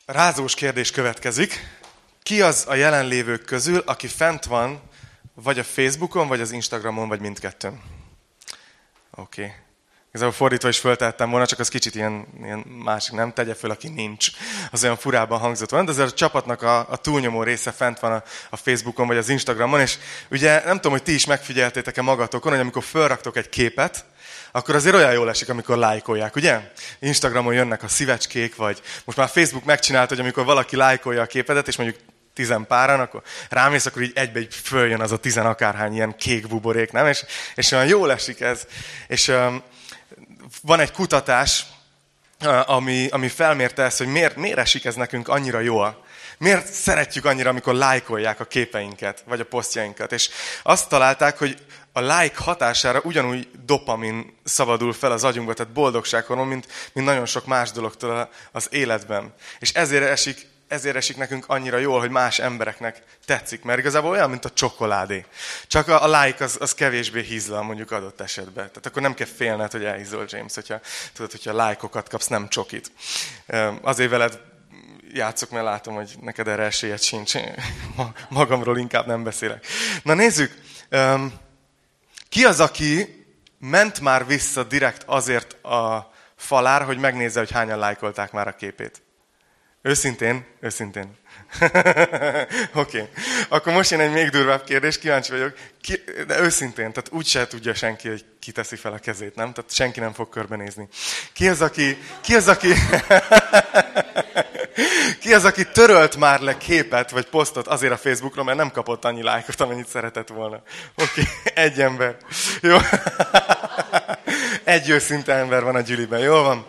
Rázós kérdés következik. Ki az a jelenlévők közül, aki fent van, vagy a Facebookon, vagy az Instagramon, vagy mindkettőn? Oké. Igazából fordítva is föltettem volna, csak az kicsit ilyen másik, nem? Tegye föl, aki nincs. Az olyan furában hangzott volna, de azért a csapatnak a túlnyomó része fent van a Facebookon, vagy az Instagramon, és ugye nem tudom, hogy ti is megfigyeltétek-e magatokon, hogy amikor fölraktok egy képet, akkor azért olyan jól esik, amikor lájkolják, ugye? Instagramon jönnek a szívecskék, vagy most már Facebook megcsinált, hogy amikor valaki lájkolja a képedet, és mondjuk 10 páran, akkor rámész, akkor így egybe így följön az a 10 akárhány ilyen kék buborék, nem? És olyan jól esik ez. És van egy kutatás, ami felmérte ezt, hogy miért esik ez nekünk annyira jól. Miért szeretjük annyira, amikor lájkolják a képeinket, vagy a posztjainkat. És azt találták, hogy a like hatására ugyanúgy dopamin szabadul fel az agyunkba, tehát boldogsághormon, mint nagyon sok más dologtól az életben. És ezért esik nekünk annyira jól, hogy más embereknek tetszik, mert igazából olyan, mint a csokoládé. Csak a like az kevésbé hízlal mondjuk adott esetben. Tehát akkor nem kell félned, hogy elhízol, James, hogyha lájkokat kapsz, nem csokit. Azért veled játszok, mert látom, hogy neked erre esélyed sincs. Magamról inkább nem beszélek. Na nézzük, ki az, aki ment már vissza direkt azért a falára, hogy megnézze, hogy hányan lájkolták már a képét? Őszintén? Oké. Akkor most jön egy még durvább kérdés, kíváncsi vagyok. De őszintén, tehát úgyse tudja senki, hogy ki teszi fel a kezét, nem? Tehát senki nem fog körbenézni. Ki az, aki törölt már le képet, vagy posztot azért a Facebookra, mert nem kapott annyi lájkot, amennyit szeretett volna? Oké, egy ember. Jó. Egy őszinte ember van a gyűliben, jól van?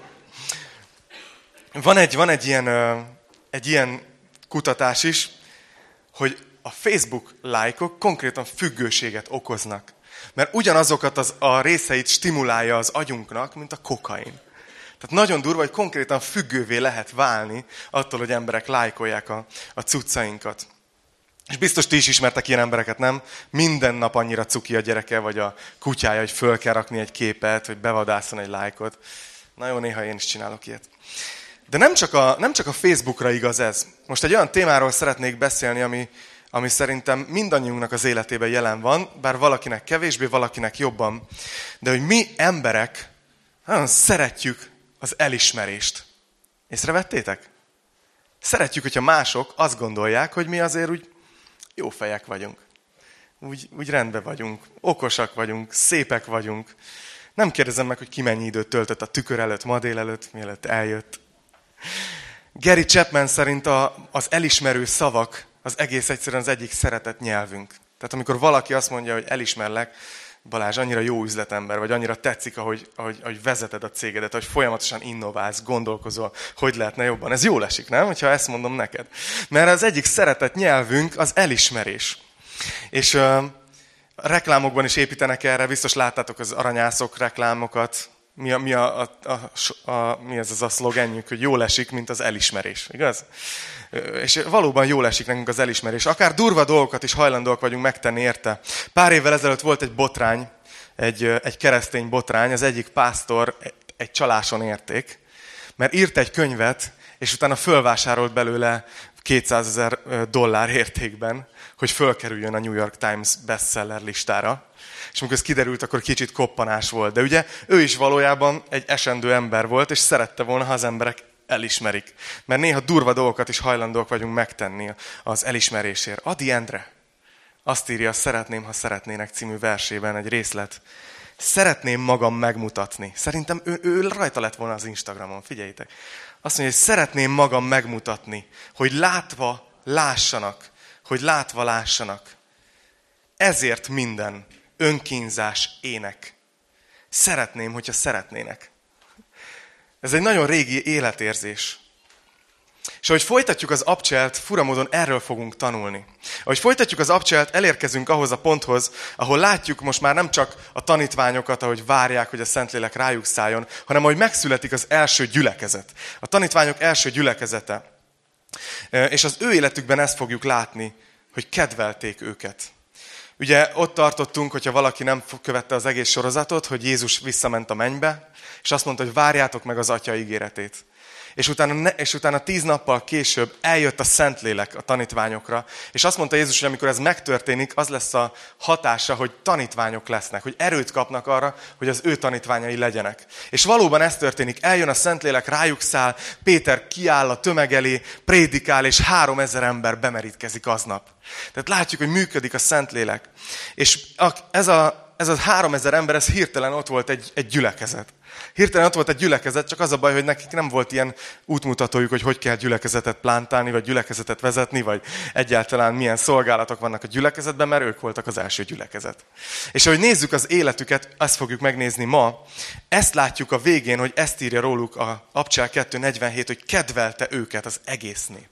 Van egy ilyen kutatás is, hogy a Facebook lájkok konkrétan függőséget okoznak. Mert ugyanazokat a részeit stimulálja az agyunknak, mint a kokain. Tehát nagyon durva, hogy konkrétan függővé lehet válni attól, hogy emberek lájkolják a cuccainkat. És biztos ti is ismertek ilyen embereket, nem? Minden nap annyira cuki a gyereke, vagy a kutyája, hogy föl kell rakni egy képet, hogy bevadásszon egy lájkot. Na jó, néha én is csinálok ilyet. De nem csak a Facebookra igaz ez. Most egy olyan témáról szeretnék beszélni, ami szerintem mindannyiunknak az életében jelen van, bár valakinek kevésbé, valakinek jobban. De hogy mi emberek nagyon szeretjük az elismerést. Észrevettétek? Szeretjük, hogyha mások azt gondolják, hogy mi azért úgy jó fejek vagyunk. Úgy rendben vagyunk, okosak vagyunk, szépek vagyunk. Nem kérdezem meg, hogy ki mennyi időt töltött a tükör előtt, ma délelőtt, mielőtt eljött. Gary Chapman szerint az elismerő szavak az egész egyszerűen az egyik szeretett nyelvünk. Tehát amikor valaki azt mondja, hogy elismerlek, Balázs, annyira jó üzletember, vagy annyira tetszik, ahogy vezeted a cégedet, hogy folyamatosan innoválsz, gondolkozol, hogy lehetne jobban. Ez jól esik, nem? Hogyha ezt mondom neked. Mert az egyik szeretett nyelvünk az elismerés. És a reklámokban is építenek erre, biztos láttátok az aranyászok reklámokat. Mi ez a szlogenjük, hogy jól esik, mint az elismerés, igaz? És valóban jól esik nekünk az elismerés. Akár durva dolgokat is hajlandóak vagyunk megtenni érte. Pár évvel ezelőtt volt egy botrány, egy keresztény botrány, az egyik pásztor egy csaláson érték, mert írt egy könyvet, és utána fölvásárolt belőle $200,000 értékben, hogy fölkerüljön a New York Times bestseller listára. És amikor ez kiderült, akkor kicsit koppanás volt. De ugye ő is valójában egy esendő ember volt, és szerette volna, ha az emberek elismerik. Mert néha durva dolgokat is hajlandóak vagyunk megtenni az elismerésért. Adi Endre azt írja, Szeretném, ha szeretnének című versében egy részlet. Szeretném magam megmutatni. Szerintem ő rajta lett volna az Instagramon, figyeljétek. Azt mondja, hogy szeretném magam megmutatni, hogy látva lássanak. Ezért minden önkínzás ének. Szeretném, hogyha szeretnének. Ez egy nagyon régi életérzés. És ahogy folytatjuk az abcselt, furamódon erről fogunk tanulni. Ahogy folytatjuk az abcselt, elérkezünk ahhoz a ponthoz, ahol látjuk most már nem csak a tanítványokat, ahogy várják, hogy a Szentlélek rájuk szálljon, hanem ahogy megszületik az első gyülekezet. A tanítványok első gyülekezete. És az ő életükben ezt fogjuk látni, hogy kedvelték őket. Ugye ott tartottunk, hogyha valaki nem követte az egész sorozatot, hogy Jézus visszament a mennybe, és azt mondta, hogy várjátok meg az Atya ígéretét. És utána 10 nappal később eljött a Szentlélek a tanítványokra, és azt mondta Jézus, hogy amikor ez megtörténik, az lesz a hatása, hogy tanítványok lesznek, hogy erőt kapnak arra, hogy az ő tanítványai legyenek. És valóban ez történik, eljön a Szentlélek, rájuk száll, Péter kiáll a tömeg elé, prédikál, és 3000 ember bemerítkezik aznap. Tehát látjuk, hogy működik a Szentlélek. És ez a 3000 ember, ez hirtelen ott volt egy gyülekezet. Hirtelen ott volt egy gyülekezet, csak az a baj, hogy nekik nem volt ilyen útmutatójuk, hogy kell gyülekezetet plántálni, vagy gyülekezetet vezetni, vagy egyáltalán milyen szolgálatok vannak a gyülekezetben, mert ők voltak az első gyülekezet. És ahogy nézzük az életüket, ezt fogjuk megnézni ma, ezt látjuk a végén, hogy ezt írja róluk a Abcsel 2.47, hogy kedvelte őket az egész nép.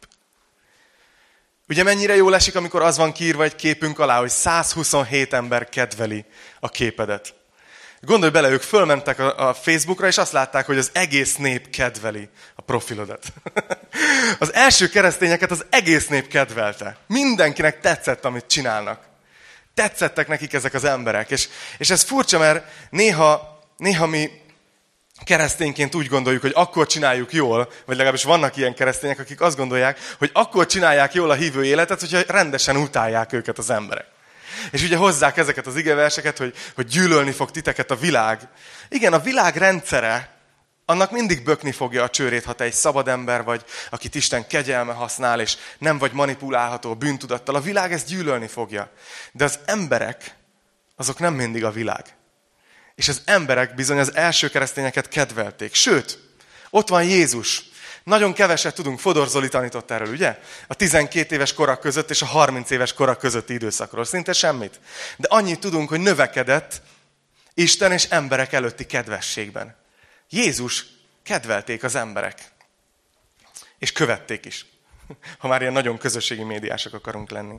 Ugye mennyire jól esik, amikor az van kiírva egy képünk alá, hogy 127 ember kedveli a képedet. Gondolj bele, ők fölmentek a Facebookra, és azt látták, hogy az egész nép kedveli a profilodat. Az első keresztényeket az egész nép kedvelte. Mindenkinek tetszett, amit csinálnak. Tetszettek nekik ezek az emberek. És ez furcsa, mert néha mi keresztényként úgy gondoljuk, hogy akkor csináljuk jól, vagy legalábbis vannak ilyen keresztények, akik azt gondolják, hogy akkor csinálják jól a hívő életet, hogyha rendesen utálják őket az emberek. És ugye hozzák ezeket az igeverseket, hogy gyűlölni fog titeket a világ. Igen, a világ rendszere, annak mindig bökni fogja a csőrét, ha te egy szabad ember vagy, akit Isten kegyelme használ, és nem vagy manipulálható bűntudattal. A világ ezt gyűlölni fogja. De az emberek, azok nem mindig a világ. És az emberek bizony az első keresztényeket kedvelték. Sőt, ott van Jézus. Nagyon keveset tudunk, Fodor Zoli tanított erről, ugye? A 12 éves korak között és a 30 éves korak közötti időszakról. Szinte semmit. De annyit tudunk, hogy növekedett Isten és emberek előtti kedvességben. Jézus kedvelték az emberek. És követték is. Ha már ilyen nagyon közösségi médiások akarunk lenni.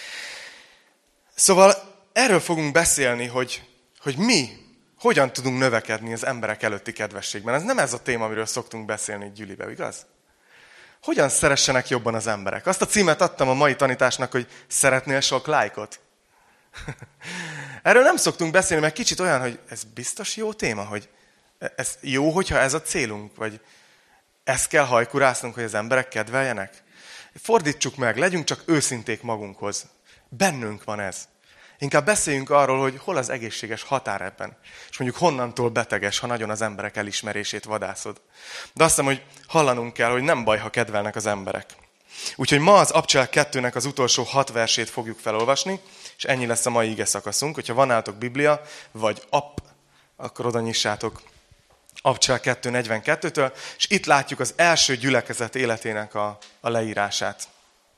Szóval erről fogunk beszélni, hogy mi hogyan tudunk növekedni az emberek előtti kedvességben. Ez nem ez a téma, amiről szoktunk beszélni itt gyülibe, igaz? Hogyan szeressenek jobban az emberek? Azt a címet adtam a mai tanításnak, hogy szeretnél sok lájkot? Erről nem szoktunk beszélni, mert kicsit olyan, hogy ez biztos jó téma, hogy ez jó, hogyha ez a célunk, vagy ezt kell hajkurásznunk, hogy az emberek kedveljenek? Fordítsuk meg, legyünk csak őszinték magunkhoz. Bennünk van ez. Inkább beszéljünk arról, hogy hol az egészséges határ ebben. És mondjuk honnantól beteges, ha nagyon az emberek elismerését vadászod. De azt hiszem, hogy hallanunk kell, hogy nem baj, ha kedvelnek az emberek. Úgyhogy ma az Abcsel 2-nek az utolsó 6 versét fogjuk felolvasni, és ennyi lesz a mai ige szakaszunk. Hogyha van nálatok Biblia, vagy app, akkor oda nyissátok Abcsel 2.42-től, és itt látjuk az első gyülekezet életének a leírását.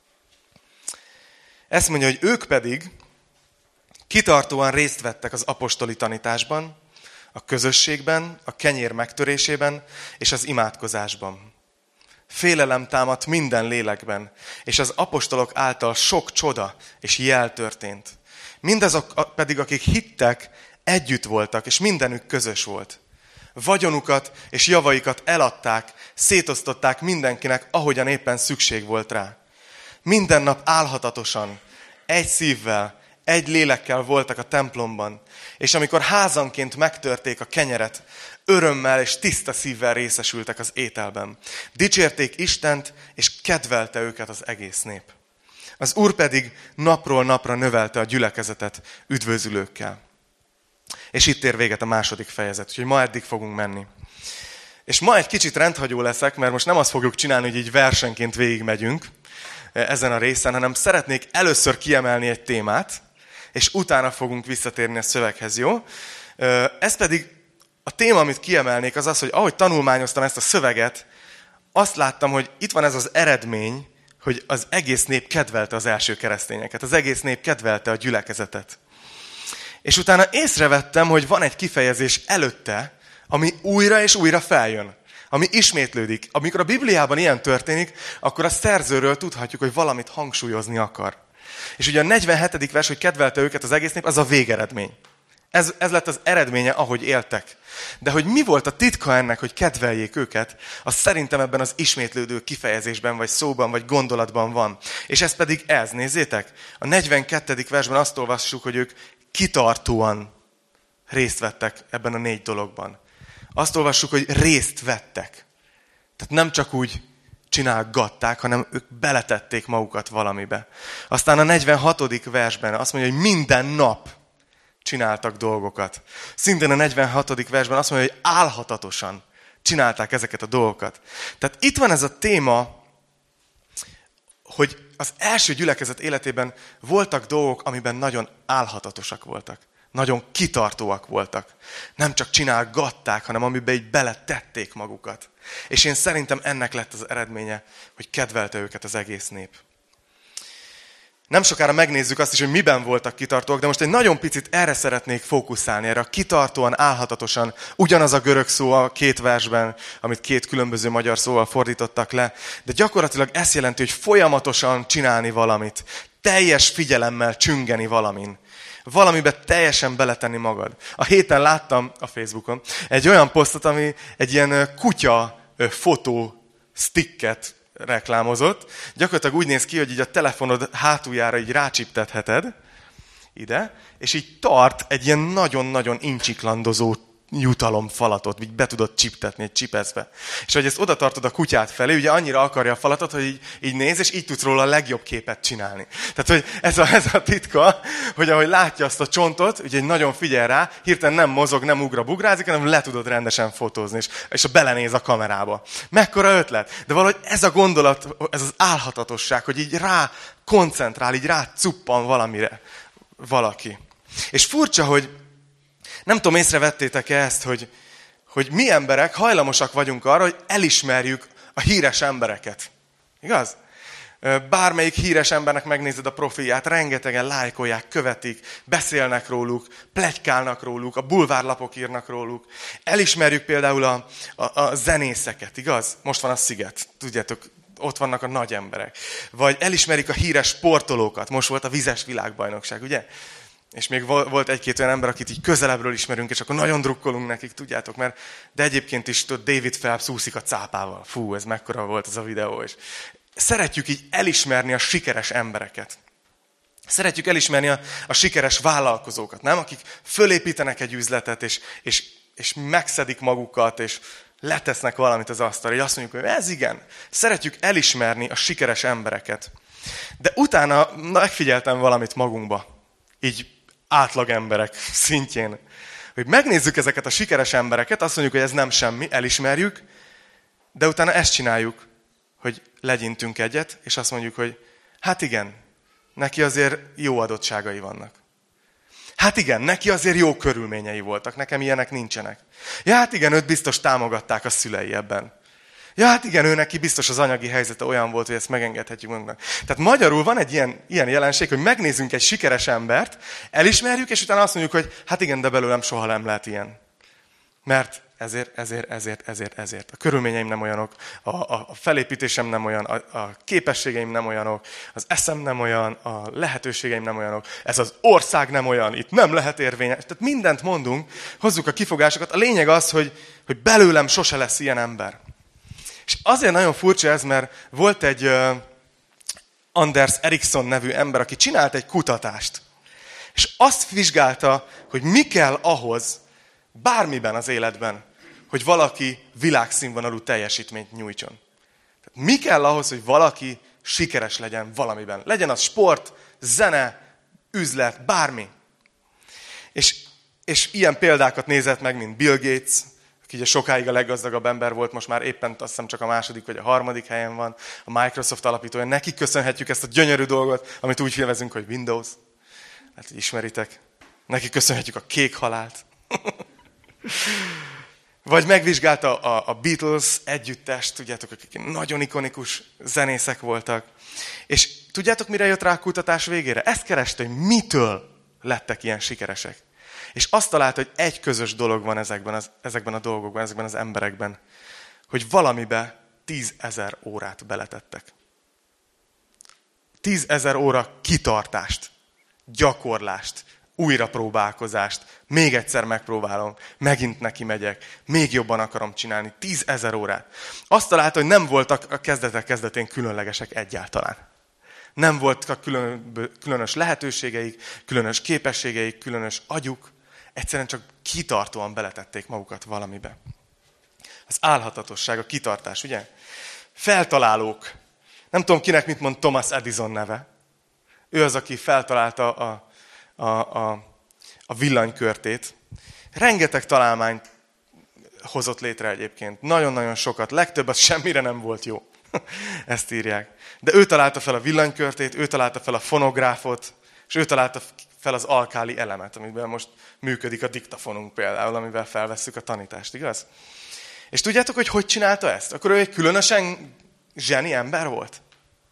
Ezt mondja, hogy ők pedig kitartóan részt vettek az apostoli tanításban, a közösségben, a kenyér megtörésében és az imádkozásban. Félelem támadt minden lélekben, és az apostolok által sok csoda és jel történt. Mindazok pedig, akik hittek, együtt voltak, és mindenük közös volt. Vagyonukat és javaikat eladták, szétosztották mindenkinek, ahogyan éppen szükség volt rá. Minden nap álhatatosan, egy szívvel, egy lélekkel voltak a templomban, és amikor házanként megtörték a kenyeret, örömmel és tiszta szívvel részesültek az ételben. Dicsérték Istent, és kedvelte őket az egész nép. Az Úr pedig napról napra növelte a gyülekezetet üdvözülőkkel. És itt ér véget a második fejezet, úgyhogy ma eddig fogunk menni. És ma egy kicsit rendhagyó leszek, mert most nem azt fogjuk csinálni, hogy így versenként végigmegyünk ezen a részen, hanem szeretnék először kiemelni egy témát, és utána fogunk visszatérni a szöveghez, jó? Ez pedig a téma, amit kiemelnék, az az, hogy ahogy tanulmányoztam ezt a szöveget, azt láttam, hogy itt van ez az eredmény, hogy az egész nép kedvelte az első keresztényeket, az egész nép kedvelte a gyülekezetet. És utána észrevettem, hogy van egy kifejezés előtte, ami újra és újra feljön, ami ismétlődik. Amikor a Bibliában ilyen történik, akkor a szerzőről tudhatjuk, hogy valamit hangsúlyozni akar. És ugye a 47. vers, hogy kedvelte őket az egész nép, az a végeredmény. Ez lett az eredménye, ahogy éltek. De hogy mi volt a titka ennek, hogy kedveljék őket, az szerintem ebben az ismétlődő kifejezésben, vagy szóban, vagy gondolatban van. És ez pedig ez, nézzétek. A 42. versben azt olvassuk, hogy ők kitartóan részt vettek ebben a 4 dologban. Azt olvassuk, hogy részt vettek. Tehát nem csak úgy csinálgatták, hanem ők beletették magukat valamibe. Aztán a 46. versben azt mondja, hogy minden nap csináltak dolgokat. Szintén a 46. versben azt mondja, hogy álhatatosan csinálták ezeket a dolgokat. Tehát itt van ez a téma, hogy az első gyülekezet életében voltak dolgok, amiben nagyon álhatatosak voltak. Nagyon kitartóak voltak. Nem csak csinálgatták, hanem amiben így beletették magukat. És én szerintem ennek lett az eredménye, hogy kedvelte őket az egész nép. Nem sokára megnézzük azt is, hogy miben voltak kitartóak, de most egy nagyon picit erre szeretnék fókuszálni, erre a kitartóan, álhatatosan. Ugyanaz a görög szó a két versben, amit két különböző magyar szóval fordítottak le, de gyakorlatilag ezt jelenti, hogy folyamatosan csinálni valamit, teljes figyelemmel csüngeni valamin. Valamiben teljesen beletenni magad. A héten láttam a Facebookon egy olyan posztot, ami egy ilyen kutya fotó sticket reklámozott. Gyakorlatilag úgy néz ki, hogy így a telefonod hátuljára így rácsiptetheted ide, és így tart egy ilyen nagyon-nagyon incsiklandozó jutalomfalatot, így be tudod csiptetni egy csipezbe. És hogy ezt oda tartod a kutyát felé, ugye annyira akarja a falatot, hogy így néz, és így tudsz róla a legjobb képet csinálni. Tehát, hogy ez a titka, hogy ahogy látja azt a csontot, ugye nagyon figyel rá, hirtelen nem mozog, nem ugra-bugrázik, hanem le tudod rendesen fotózni, és belenéz a kamerába. Mekkora ötlet! De valahogy ez a gondolat, ez az álhatatosság, hogy így rá koncentrál, így rá cuppan valamire valaki. És furcsa, hogy nem tudom, észrevettétek-e ezt, hogy mi emberek hajlamosak vagyunk arra, hogy elismerjük a híres embereket. Igaz? Bármelyik híres embernek megnézed a profilját, rengetegen lájkolják, követik, beszélnek róluk, pletykálnak róluk, a bulvárlapok írnak róluk. Elismerjük például a zenészeket, igaz? Most van a Sziget, tudjátok, ott vannak a nagy emberek. Vagy elismerik a híres sportolókat, most volt a vizes világbajnokság, ugye? És még volt egy-két olyan ember, akit így közelebbről ismerünk, és akkor nagyon drukkolunk nekik, tudjátok, de egyébként is David Phelps úszik a cápával. Fú, ez mekkora volt ez a videó. És szeretjük így elismerni a sikeres embereket. Szeretjük elismerni a sikeres vállalkozókat, nem? Akik fölépítenek egy üzletet, és megszedik magukat, és letesznek valamit az asztalra. És azt mondjuk, hogy ez igen. Szeretjük elismerni a sikeres embereket. De utána megfigyeltem valamit magunkba. Így átlag emberek szintjén. Hogy megnézzük ezeket a sikeres embereket, azt mondjuk, hogy ez nem semmi, elismerjük, de utána ezt csináljuk, hogy legyintünk egyet, és azt mondjuk, hogy hát igen, neki azért jó adottságai vannak. Hát igen, neki azért jó körülményei voltak, nekem ilyenek nincsenek. Ja, hát igen, őt biztos támogatták a szülei ebben. Ja, hát igen, ő neki biztos az anyagi helyzete olyan volt, hogy ezt megengedhetjük magunknak. Tehát magyarul van egy ilyen jelenség, hogy megnézzünk egy sikeres embert, elismerjük, és utána azt mondjuk, hogy hát igen, de belőlem soha nem lehet ilyen. Mert ezért. A körülményeim nem olyanok, a felépítésem nem olyan, a képességeim nem olyanok, az eszem nem olyan, a lehetőségeim nem olyanok, ez az ország nem olyan, itt nem lehet érvényes. Tehát mindent mondunk, hozzuk a kifogásokat. A lényeg az, hogy belőlem sose lesz ilyen ember. És azért nagyon furcsa ez, mert volt egy Anders Ericsson nevű ember, aki csinált egy kutatást. És azt vizsgálta, hogy mi kell ahhoz, bármiben az életben, hogy valaki világszínvonalú teljesítményt nyújtson. Tehát mi kell ahhoz, hogy valaki sikeres legyen valamiben. Legyen az sport, zene, üzlet, bármi. És ilyen példákat nézett meg, mint Bill Gates, aki ugye sokáig a leggazdagabb ember volt, most már éppen azt hiszem csak a második vagy a harmadik helyen van, a Microsoft alapítója. Neki köszönhetjük ezt a gyönyörű dolgot, amit úgy nevezünk, hogy Windows. Hát ismeritek. Neki köszönhetjük a kék halált. Vagy megvizsgálta a Beatles együttest, tudjátok, akik nagyon ikonikus zenészek voltak. És tudjátok, mire jött rá a kutatás végére? Ezt kereste, hogy mitől lettek ilyen sikeresek. És azt találta, hogy egy közös dolog van ezekben a dolgokban, ezekben az emberekben, hogy valamibe 10 000 órát beletettek. 10 000 óra kitartást, gyakorlást, újrapróbálkozást, még egyszer megpróbálom, megint neki megyek, még jobban akarom csinálni, 10 000 órát. Azt találta, hogy nem voltak a kezdetén különlegesek egyáltalán. Nem voltak különös lehetőségeik, különös képességeik, különös agyuk, egyszerűen csak kitartóan beletették magukat valamibe. Az álhatatosság, a kitartás, ugye? Feltalálók. Nem tudom, kinek mit mond Thomas Edison neve. Ő az, aki feltalálta a villanykörtét. Rengeteg találmányt hozott létre egyébként. Nagyon-nagyon sokat. Legtöbb az semmire nem volt jó. Ezt írják. De ő találta fel a villanykörtét, ő találta fel a fonográfot, és ő találta fel az alkáli elemet, amiben most működik a diktafonunk például, amivel felvesszük a tanítást, igaz? És tudjátok, hogy csinálta ezt? Akkor ő egy különösen zseni ember volt?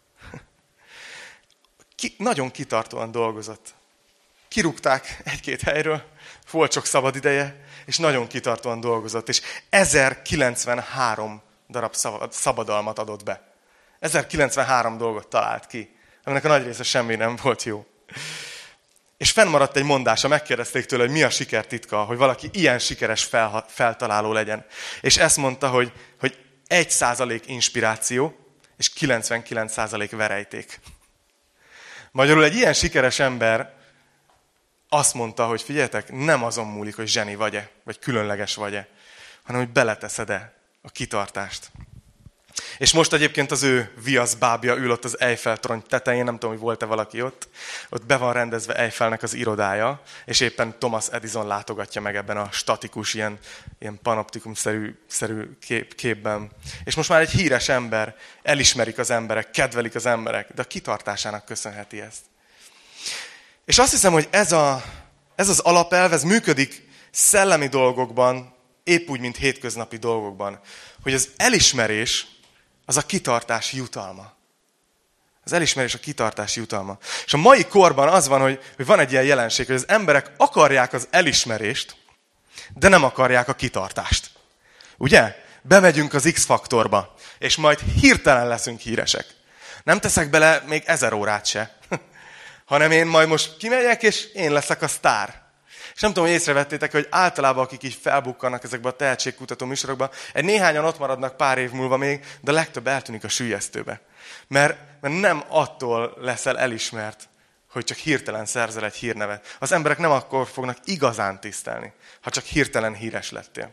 Nagyon kitartóan dolgozott. Kirúgták egy-két helyről, volt sok szabad ideje, és nagyon kitartóan dolgozott. És 1093 darab szabadalmat adott be. 1093 dolgot talált ki, aminek a nagy része semmi nem volt jó. És fennmaradt egy mondása, megkérdezték tőle, hogy mi a siker titka, hogy valaki ilyen sikeres feltaláló legyen. És ezt mondta, hogy 1% inspiráció, és 99% verejték. Magyarul egy ilyen sikeres ember azt mondta, hogy figyeljetek, nem azon múlik, hogy zseni vagy-e, vagy különleges vagy-e, hanem hogy beleteszed-e a kitartást. És most egyébként az ő viaszbábja ül ott az Eiffel-torony tetején, nem tudom, hogy volt-e valaki ott. Ott be van rendezve Eiffelnek az irodája, és éppen Thomas Edison látogatja meg ebben a statikus, ilyen panoptikum-szerű képben. És most már egy híres ember, elismerik az emberek, kedvelik az emberek, de a kitartásának köszönheti ezt. És azt hiszem, hogy ez az alapelv, ez működik szellemi dolgokban, épp úgy, mint hétköznapi dolgokban, hogy az elismerés az a kitartás jutalma. Az elismerés a kitartás jutalma. És a mai korban az van, hogy van egy ilyen jelenség, hogy az emberek akarják az elismerést, de nem akarják a kitartást. Ugye? Bemegyünk az X-faktorba, és majd hirtelen leszünk híresek. Nem teszek bele még 1000 órát se, hanem én majd most kimegyek, és én leszek a sztár. És nem tudom, hogy észrevettétek, hogy általában akik így felbukkannak ezekbe a tehetségkutató műsorokba, néhányan ott maradnak pár év múlva még, de legtöbb eltűnik a süllyesztőbe. Mert nem attól leszel elismert, hogy csak hirtelen szerzel egy hírnevet. Az emberek nem akkor fognak igazán tisztelni, ha csak hirtelen híres lettél.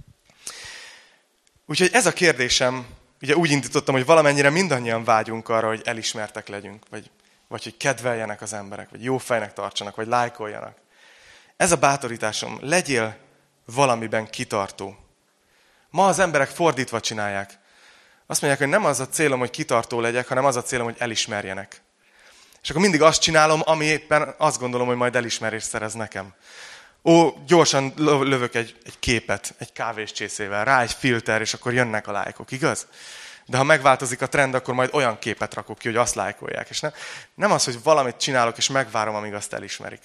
Úgyhogy ez a kérdésem, ugye úgy indítottam, hogy valamennyire mindannyian vágyunk arra, hogy elismertek legyünk, vagy hogy kedveljenek az emberek, vagy jó fejnek tartsanak, vagy lájkoljanak. Ez a bátorításom, legyél valamiben kitartó. Ma az emberek fordítva csinálják. Azt mondják, hogy nem az a célom, hogy kitartó legyek, hanem az a célom, hogy elismerjenek. És akkor mindig azt csinálom, ami éppen azt gondolom, hogy majd elismerést szerez nekem. Gyorsan lövök egy képet, egy kávéscsészével, rá egy filter, és akkor jönnek a lájkok, igaz? De ha megváltozik a trend, akkor majd olyan képet rakok ki, hogy azt lájkolják. És nem az, hogy valamit csinálok, és megvárom, amíg azt elismerik.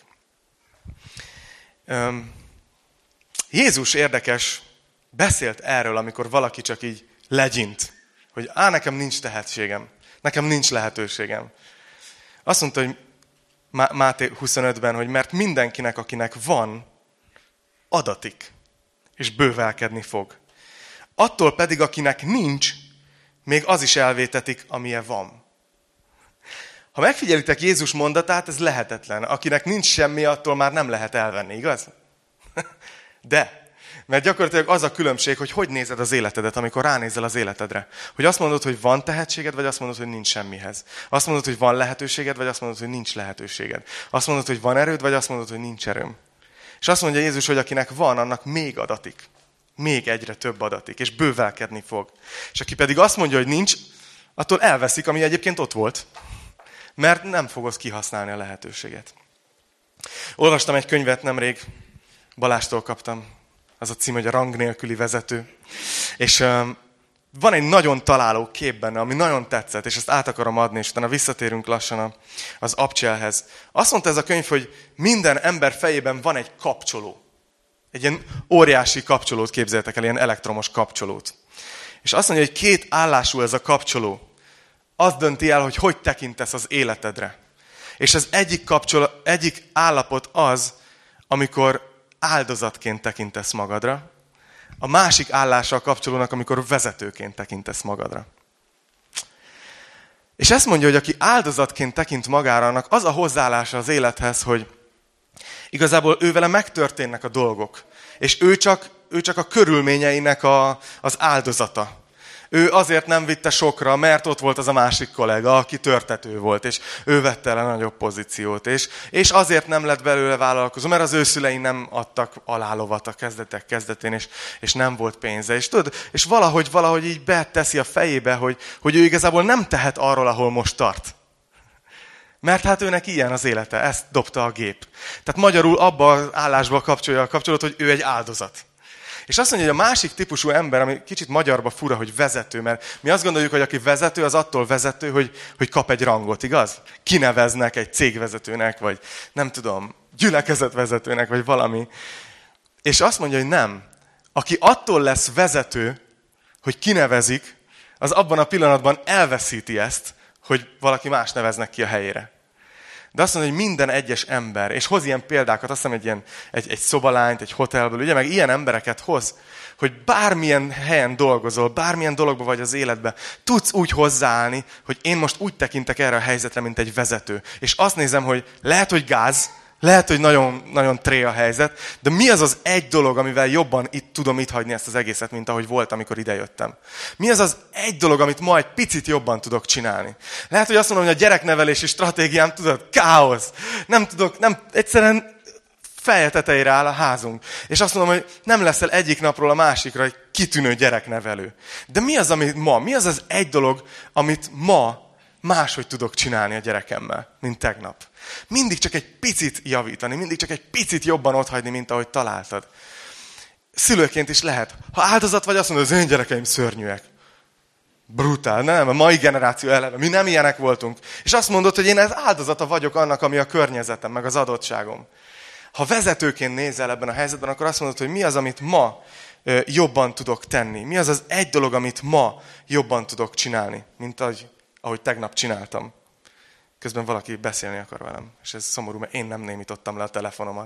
Jézus érdekes, beszélt erről, amikor valaki csak így legyint, hogy nekem nincs tehetségem, nekem nincs lehetőségem. Azt mondta, hogy Máté 25-ben, hogy mert mindenkinek, akinek van, adatik, és bővelkedni fog. Attól pedig, akinek nincs, még az is elvétetik, amilyen van. Ha megfigyelitek Jézus mondatát, ez lehetetlen. Akinek nincs semmi, attól már nem lehet elvenni, igaz? De, mert gyakorlatilag az a különbség, hogy nézed az életedet, amikor ránézel az életedre. Hogy azt mondod, hogy van tehetséged, vagy azt mondod, hogy nincs semmihez. Azt mondod, hogy van lehetőséged, vagy azt mondod, hogy nincs lehetőséged. Azt mondod, hogy van erőd, vagy azt mondod, hogy nincs erőm. És azt mondja Jézus, hogy akinek van, annak még adatik. Még egyre több adatik, és bővelkedni fog. És aki pedig azt mondja, hogy nincs, attól elveszik, ami egyébként ott volt. Mert nem fogod kihasználni a lehetőséget. Olvastam egy könyvet nemrég, Balástól kaptam, az a cím, hogy a rang nélküli vezető. És van egy nagyon találó kép benne, ami nagyon tetszett, és ezt át akarom adni, és utána visszatérünk lassan az Abcselhez. Azt mondta ez a könyv, hogy minden ember fejében van egy kapcsoló. Egy ilyen óriási kapcsolót képzeljetek el, ilyen elektromos kapcsolót. És azt mondja, hogy 2 állású ez a kapcsoló. Az dönti el, hogy tekintesz az életedre. És az egyik állapot az, amikor áldozatként tekintesz magadra. A másik állása a kapcsolónak, amikor vezetőként tekintesz magadra. És ezt mondja, hogy aki áldozatként tekint magára, annak az a hozzáállása az élethez, hogy igazából ő vele megtörténnek a dolgok. És ő ő csak a körülményeinek az áldozata. Ő azért nem vitte sokra, mert ott volt az a másik kollega, aki törtető volt, és ő vette el a nagyobb pozíciót. És azért nem lett belőle vállalkozó, mert az ő szülei nem adtak alálovat a kezdetén, és nem volt pénze. És tudod, és valahogy így beteszi a fejébe, hogy ő igazából nem tehet arról, ahol most tart. Mert hát őnek ilyen az élete, ezt dobta a gép. Tehát magyarul abba az állásba kapcsolja a kapcsolatot, hogy ő egy áldozat. És azt mondja, hogy a másik típusú ember, ami kicsit magyarba fura, hogy vezető, mert mi azt gondoljuk, hogy aki vezető, az attól vezető, hogy kap egy rangot, igaz? Kineveznek egy cégvezetőnek, vagy nem tudom, gyülekezetvezetőnek, vagy valami. És azt mondja, hogy nem. Aki attól lesz vezető, hogy kinevezik, az abban a pillanatban elveszíti ezt, hogy valaki más neveznek ki a helyére. De azt mondja, hogy minden egyes ember, és hoz ilyen példákat, azt hiszem egy szobalányt, egy hotelből, ugye, meg ilyen embereket hoz, hogy bármilyen helyen dolgozol, bármilyen dologban vagy az életben, tudsz úgy hozzáállni, hogy én most úgy tekintek erre a helyzetre, mint egy vezető. És azt nézem, hogy lehet, hogy gáz, lehet, hogy nagyon, nagyon tré a helyzet, de mi az az egy dolog, amivel jobban tudom itt hagyni ezt az egészet, mint ahogy volt, amikor idejöttem? Mi az az egy dolog, amit ma egy picit jobban tudok csinálni? Lehet, hogy azt mondom, hogy a gyereknevelési stratégiám, tudod, káosz. Egyszerűen feje tetejére áll a házunk. És azt mondom, hogy nem leszel egyik napról a másikra egy kitűnő gyereknevelő. De mi az, amit ma? Mi az az egy dolog, amit ma máshogy tudok csinálni a gyerekemmel, mint tegnap? Mindig csak egy picit javítani, mindig csak egy picit jobban otthagyni, mint ahogy találtad. Szülőként is lehet. Ha áldozat vagy, azt mondod, az én gyerekeim szörnyűek. Brutál, nem? A mai generáció eleve. Mi nem ilyenek voltunk. És azt mondod, hogy én az áldozata vagyok annak, ami a környezetem, meg az adottságom. Ha vezetőként nézel ebben a helyzetben, akkor azt mondod, hogy mi az, amit ma jobban tudok tenni. Mi az az egy dolog, amit ma jobban tudok csinálni, mint ahogy tegnap csináltam. Közben valaki beszélni akar velem. És ez szomorú, mert én nem némítottam le a telefonomat.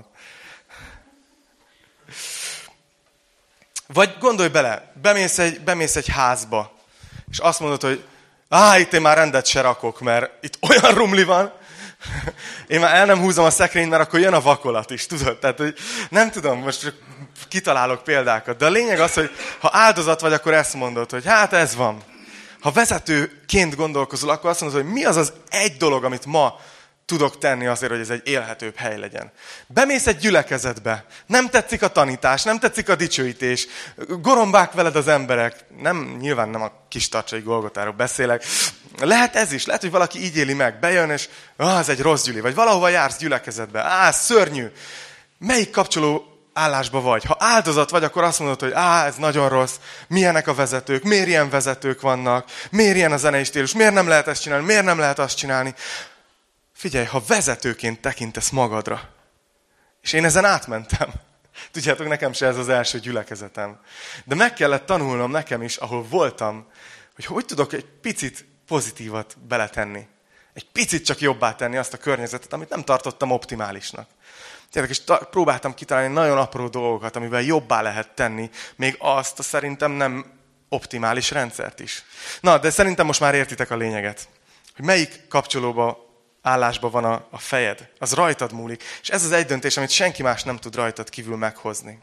Vagy gondolj bele, bemész egy házba, és azt mondod, hogy itt én már rendet se rakok, mert itt olyan rumli van, én már el nem húzom a szekrényt, mert akkor jön a vakolat is, tudod? Tehát, hogy nem tudom, most csak kitalálok példákat. De a lényeg az, hogy ha áldozat vagy, akkor ezt mondod, hogy hát ez van. Ha vezetőként gondolkozol, akkor azt mondod, hogy mi az az egy dolog, amit ma tudok tenni azért, hogy ez egy élhetőbb hely legyen. Bemész egy gyülekezetbe, nem tetszik a tanítás, nem tetszik a dicsőítés, gorombák veled az emberek, nyilván nem a kis tartsai Golgotáról beszélek, lehet ez is, lehet, hogy valaki így éli meg, bejön, és ez egy rossz gyüli, vagy valahova jársz gyülekezetbe, szörnyű. Melyik kapcsoló állásba vagy? Ha áldozat vagy, akkor azt mondod, hogy ez nagyon rossz, milyenek a vezetők, miért ilyen vezetők vannak, miért ilyen a zenei stílus, miért nem lehet ezt csinálni, miért nem lehet azt csinálni. Figyelj, ha vezetőként tekintesz magadra, és én ezen átmentem, tudjátok, nekem se ez az első gyülekezetem, de meg kellett tanulnom nekem is, ahol voltam, hogy tudok egy picit pozitívat beletenni. Egy picit csak jobbá tenni azt a környezetet, amit nem tartottam optimálisnak. Tényleg, és próbáltam kitalálni nagyon apró dolgokat, amivel jobbá lehet tenni, még azt a szerintem nem optimális rendszert is. Na, de szerintem most már értitek a lényeget. Hogy melyik kapcsolóba, állásban van a fejed. Az rajtad múlik. És ez az egy döntés, amit senki más nem tud rajtad kívül meghozni.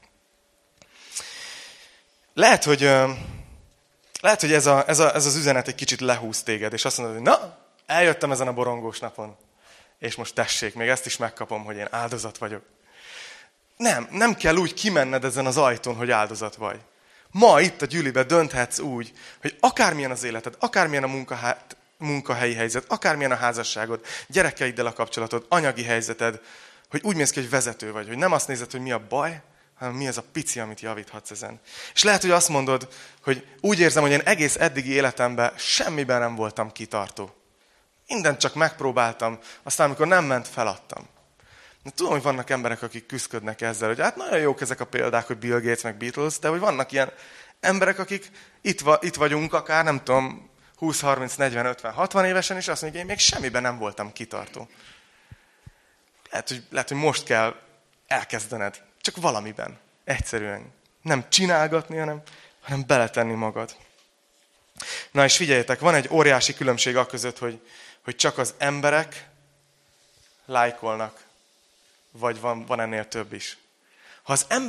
Lehet, hogy ez az üzenet egy kicsit lehúz téged, és azt mondod, hogy na, eljöttem ezen a borongós napon, és most tessék, még ezt is megkapom, hogy én áldozat vagyok. Nem kell úgy kimenned ezen az ajtón, hogy áldozat vagy. Ma itt a gyűlibe dönthetsz úgy, hogy akármilyen az életed, akármilyen a munkahelyi helyzet, akármilyen a házasságod, gyerekeiddel a kapcsolatod, anyagi helyzeted, hogy úgy mész ki, hogy vezető vagy, hogy nem azt nézed, hogy mi a baj, hanem mi az a pici, amit javíthatsz ezen. És lehet, hogy azt mondod, hogy úgy érzem, hogy én egész eddigi életemben semmiben nem voltam kitartó. Mindent csak megpróbáltam, aztán amikor nem ment, feladtam. De tudom, hogy vannak emberek, akik küszködnek ezzel, hogy hát nagyon jók ezek a példák, hogy Bill Gates meg Beatles, de hogy vannak ilyen emberek, akik itt vagyunk akár, nem tudom, 20, 30, 40, 50, 60 évesen, és azt mondják, én még semmiben nem voltam kitartó. Lehet, hogy most kell elkezdened. Csak valamiben. Egyszerűen. Nem csinálgatni, hanem beletenni magad. Na és figyeljetek, van egy óriási különbség aközött, hogy csak az emberek lájkolnak, vagy van ennél több is. Ha az emberek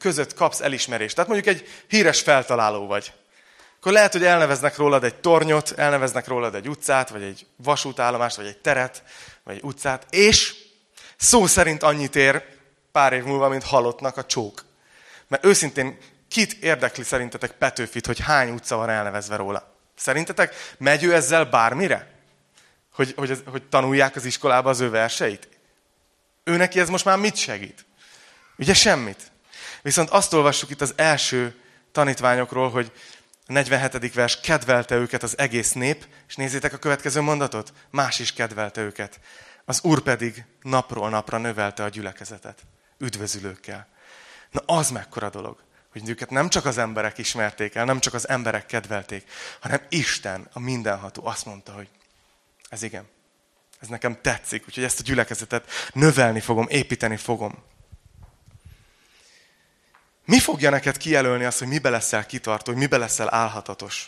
között kapsz elismerést. Tehát mondjuk egy híres feltaláló vagy. Akkor lehet, hogy elneveznek rólad egy tornyot, elneveznek rólad egy utcát, vagy egy vasútállomást, vagy egy teret, vagy egy utcát, és szó szerint annyit ér pár év múlva, mint halottnak a csók. Mert őszintén kit érdekli szerintetek Petőfit, hogy hány utca van elnevezve róla? Szerintetek megy ő ezzel bármire? Hogy tanulják az iskolába az ő verseit? Ő neki ez most már mit segít? Ugye semmit. Viszont azt olvassuk itt az első tanítványokról, hogy a 47. vers, kedvelte őket az egész nép, és nézzétek a következő mondatot, más is kedvelte őket. Az Úr pedig napról napra növelte a gyülekezetet, üdvözülőkkel. Na az mekkora dolog, hogy őket nem csak az emberek ismerték el, nem csak az emberek kedvelték, hanem Isten, a mindenható azt mondta, hogy ez igen, ez nekem tetszik, úgyhogy ezt a gyülekezetet növelni fogom, építeni fogom. Mi fogja neked kijelölni azt, hogy mibe leszel kitartó, hogy mibe leszel álhatatos?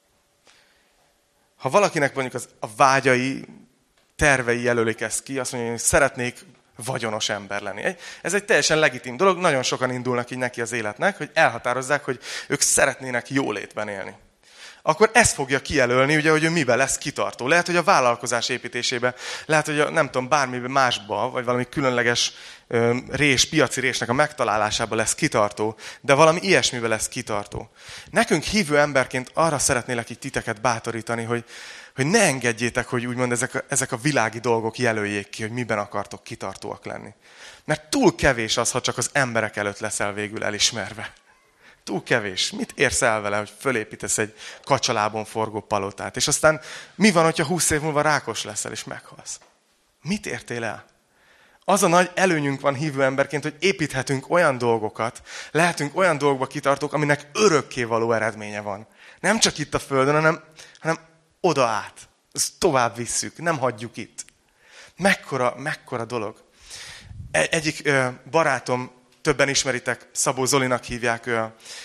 Ha valakinek mondjuk a vágyai, tervei jelölik ezt ki, azt mondja, hogy szeretnék vagyonos ember lenni. Ez egy teljesen legitim dolog, nagyon sokan indulnak így neki az életnek, hogy elhatározzák, hogy ők szeretnének jólétben élni. Akkor ezt fogja kijelölni, ugye, hogy ő miben lesz kitartó. Lehet, hogy a vállalkozás építésében, lehet, hogy nem tudom, bármiben másba, vagy valami különleges piaci résnek a megtalálásában lesz kitartó, de valami ilyesmiben lesz kitartó. Nekünk hívő emberként arra szeretnélek így titeket bátorítani, hogy ne engedjétek, hogy úgymond ezek a világi dolgok jelöljék ki, hogy miben akartok kitartóak lenni. Mert túl kevés az, ha csak az emberek előtt leszel végül elismerve. Túl kevés. Mit érsz el vele, hogy fölépítesz egy kacsalábon forgó palotát? És aztán mi van, hogyha 20 év múlva rákos leszel és meghalsz? Mit értél el? Az a nagy előnyünk van hívő emberként, hogy építhetünk olyan dolgokat, lehetünk olyan dolgokba kitartók, aminek örökkévaló eredménye van. Nem csak itt a Földön, hanem oda át. Ezt tovább visszük, nem hagyjuk itt. Mekkora dolog. Egyik barátom, többen ismeritek, Szabó Zolinak hívják, ő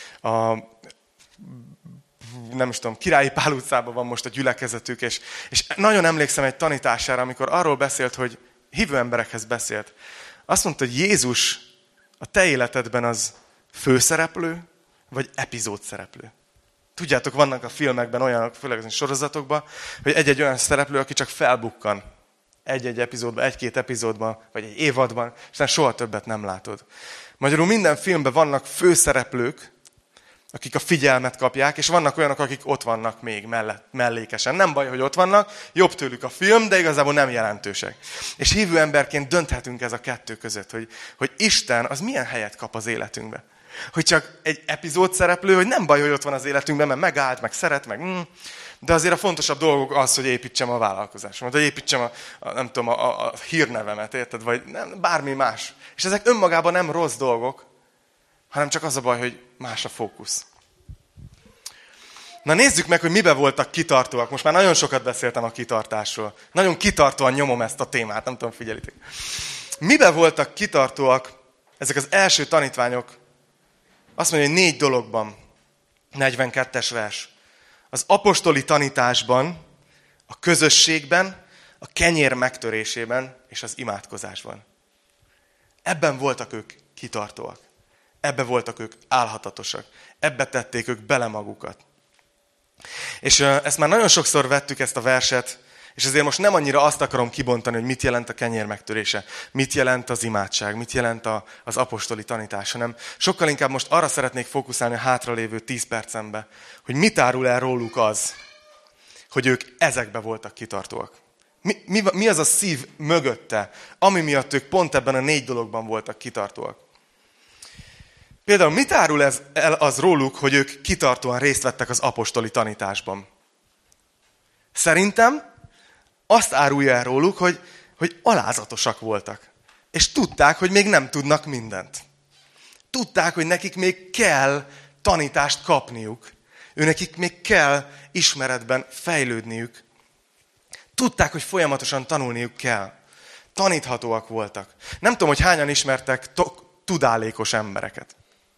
nem is tudom, Királyi Pál utcában van most a gyülekezetük, és nagyon emlékszem egy tanítására, amikor arról beszélt, hogy hívő emberekhez beszélt. Azt mondta, hogy Jézus a te életedben az főszereplő, vagy epizódszereplő. Tudjátok, vannak a filmekben olyanok, főleg a sorozatokban, hogy egy-egy olyan szereplő, aki csak felbukkan egy-egy epizódban, egy-két epizódban, vagy egy évadban, és aztán soha többet nem látod. Magyarul minden filmben vannak főszereplők, akik a figyelmet kapják, és vannak olyanok, akik ott vannak még mellékesen. Nem baj, hogy ott vannak, jobb tőlük a film, de igazából nem jelentősek. És hívő emberként dönthetünk ez a kettő között, hogy Isten az milyen helyet kap az életünkbe. Hogy csak egy epizód szereplő, hogy nem baj, hogy ott van az életünkben, mert megállt, meg szeret, de azért a fontosabb dolgok az, hogy építsem a vállalkozásomat, hogy építsem a hírnevemet, érted? Vagy nem, bármi más. És ezek önmagában nem rossz dolgok, hanem csak az a baj, hogy más a fókusz. Na nézzük meg, hogy miben voltak kitartóak. Most már nagyon sokat beszéltem a kitartásról. Nagyon kitartóan nyomom ezt a témát, nem tudom, figyelitek. Miben voltak kitartóak ezek az első tanítványok? Azt mondja, hogy 4 dologban, 42. vers. Az apostoli tanításban, a közösségben, a kenyér megtörésében és az imádkozásban. Ebben voltak ők kitartóak. Ebbe voltak ők álhatatosak. Ebbe tették ők bele magukat. És ezt már nagyon sokszor vettük, ezt a verset, és ezért most nem annyira azt akarom kibontani, hogy mit jelent a kenyér megtörése, mit jelent az imádság, mit jelent az apostoli tanítás, hanem sokkal inkább most arra szeretnék fókuszálni a hátralévő 10 percembe, hogy mit árul el róluk az, hogy ők ezekbe voltak kitartóak. Mi az a szív mögötte, ami miatt ők pont ebben a 4 dologban voltak kitartóak. Például mit árul el az róluk, hogy ők kitartóan részt vettek az apostoli tanításban? Szerintem azt árulja el róluk, hogy alázatosak voltak. És tudták, hogy még nem tudnak mindent. Tudták, hogy nekik még kell tanítást kapniuk. Nekik még kell ismeretben fejlődniük. Tudták, hogy folyamatosan tanulniuk kell. Taníthatóak voltak. Nem tudom, hogy hányan ismertek tudálékos embereket.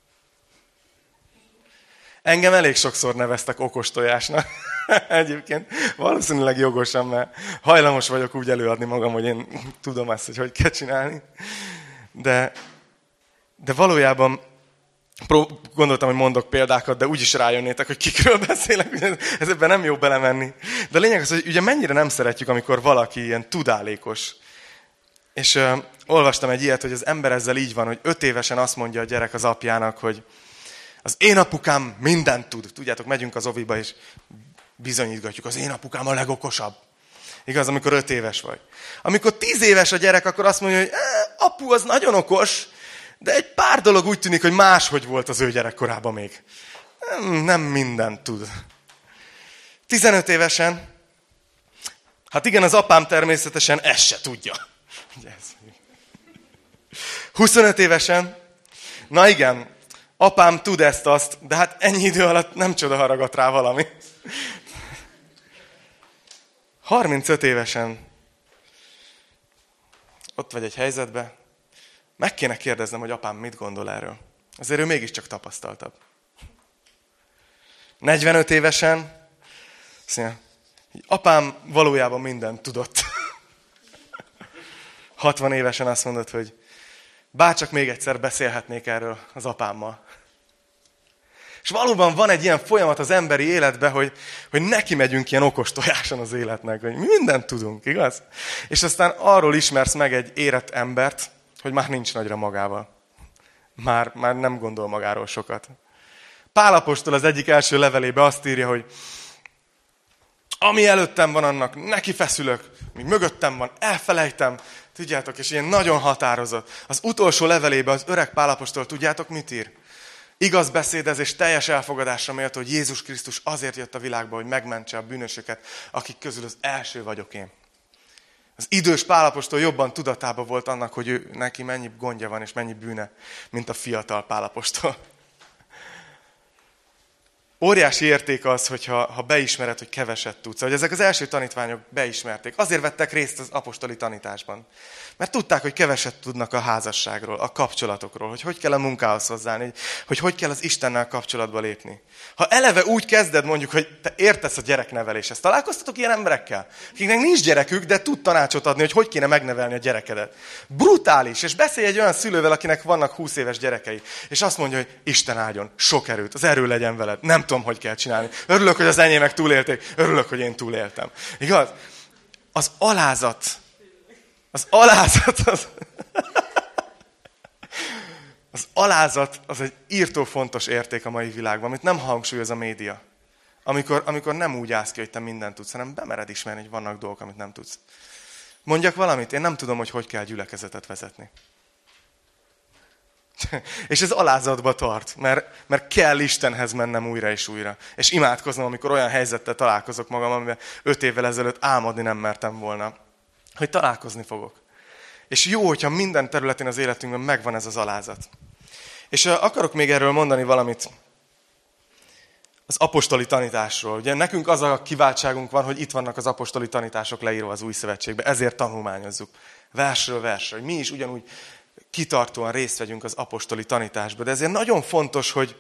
Engem elég sokszor neveztek okostojásnak. Egyébként valószínűleg jogosan, mert hajlamos vagyok úgy előadni magam, hogy én tudom ezt, hogy kell csinálni. De valójában Gondoltam, hogy mondok példákat, de úgyis rájönnétek, hogy kikről beszélek, ez ebben nem jó belemenni. De a lényeg az, hogy ugye mennyire nem szeretjük, amikor valaki ilyen tudálékos. És olvastam egy ilyet, hogy az ember ezzel így van, hogy 5 évesen azt mondja a gyerek az apjának, hogy az én apukám mindent tud. Tudjátok, megyünk az oviba, és bizonyítgatjuk, az én apukám a legokosabb. Igaz, amikor 5 éves vagy. Amikor 10 éves a gyerek, akkor azt mondja, hogy apu az nagyon okos, de egy pár dolog úgy tűnik, hogy máshogy volt az ő gyerekkorában még. Nem mindent tud. 15 évesen, hát igen, az apám természetesen ezt se tudja. 25 évesen, na igen, apám tud ezt-azt, de hát ennyi idő alatt nem csoda haragadt rá valami. 35 évesen, ott vagy egy helyzetben, meg kéne kérdeznem, hogy apám mit gondol erről. Azért ő mégiscsak tapasztaltabb. 45 évesen, azt mondja, apám valójában mindent tudott. 60 évesen azt mondod, hogy bárcsak még egyszer beszélhetnék erről az apámmal. És valóban van egy ilyen folyamat az emberi életben, hogy neki megyünk ilyen okos tojáson az életnek, hogy mi mindent tudunk, igaz? És aztán arról ismersz meg egy érett embert, hogy már nincs nagyra magával. Már nem gondol magáról sokat. Pál apostol az egyik első levelében azt írja, hogy ami előttem van, annak neki feszülök, mi mögöttem van, elfelejtem. Tudjátok, és ilyen nagyon határozott. Az utolsó levelében az öreg Pál apostol, tudjátok mit ír? Igaz beszédezés, teljes elfogadásra méltó, hogy Jézus Krisztus azért jött a világba, hogy megmentse a bűnösöket, akik közül az első vagyok én. Az idős Pál apostol jobban tudatában volt annak, hogy neki mennyi gondja van és mennyi bűne, mint a fiatal Pál apostol. Óriási érték az, hogyha beismered, hogy keveset tudsz. Hogy ezek az első tanítványok beismerték. Azért vettek részt az apostoli tanításban. Mert tudták, hogy keveset tudnak a házasságról, a kapcsolatokról, hogy kell a munkához hozzáállni, hogy kell az Istennel kapcsolatba lépni. Ha eleve úgy kezded mondjuk, hogy te értesz a gyerekneveléshez, találkoztatok ilyen emberekkel, akiknek nincs gyerekük, de tud tanácsot adni, hogy kéne megnevelni a gyerekedet. Brutális, és beszélj egy olyan szülővel, akinek vannak 20 éves gyerekei, és azt mondja, hogy Isten áldjon, sok erőt, az erő legyen veled, nem tudom, hogy kell csinálni. Örülök, hogy az enyémek túlélték, örülök, hogy én túléltem. Igaz? Az alázat az egy írtó fontos érték a mai világban, amit nem hangsúlyoz a média. Amikor nem úgy állsz ki, hogy te mindent tudsz, hanem bemered ismerni, hogy vannak dolgok, amit nem tudsz. Mondjak valamit, én nem tudom, hogy kell gyülekezetet vezetni. És ez alázatba tart, mert kell Istenhez mennem újra és újra. És imádkoznom, amikor olyan helyzettel találkozok magam, amiben 5 évvel ezelőtt álmodni nem mertem volna, hogy találkozni fogok. És jó, hogyha minden területén az életünkben megvan ez az alázat. És akarok még erről mondani valamit az apostoli tanításról. Ugye nekünk az a kiváltságunk van, hogy itt vannak az apostoli tanítások leírva az Új Szövetségben, ezért tanulmányozzuk versről versre, hogy mi is ugyanúgy kitartóan részt vegyünk az apostoli tanításba. De ezért nagyon fontos, hogy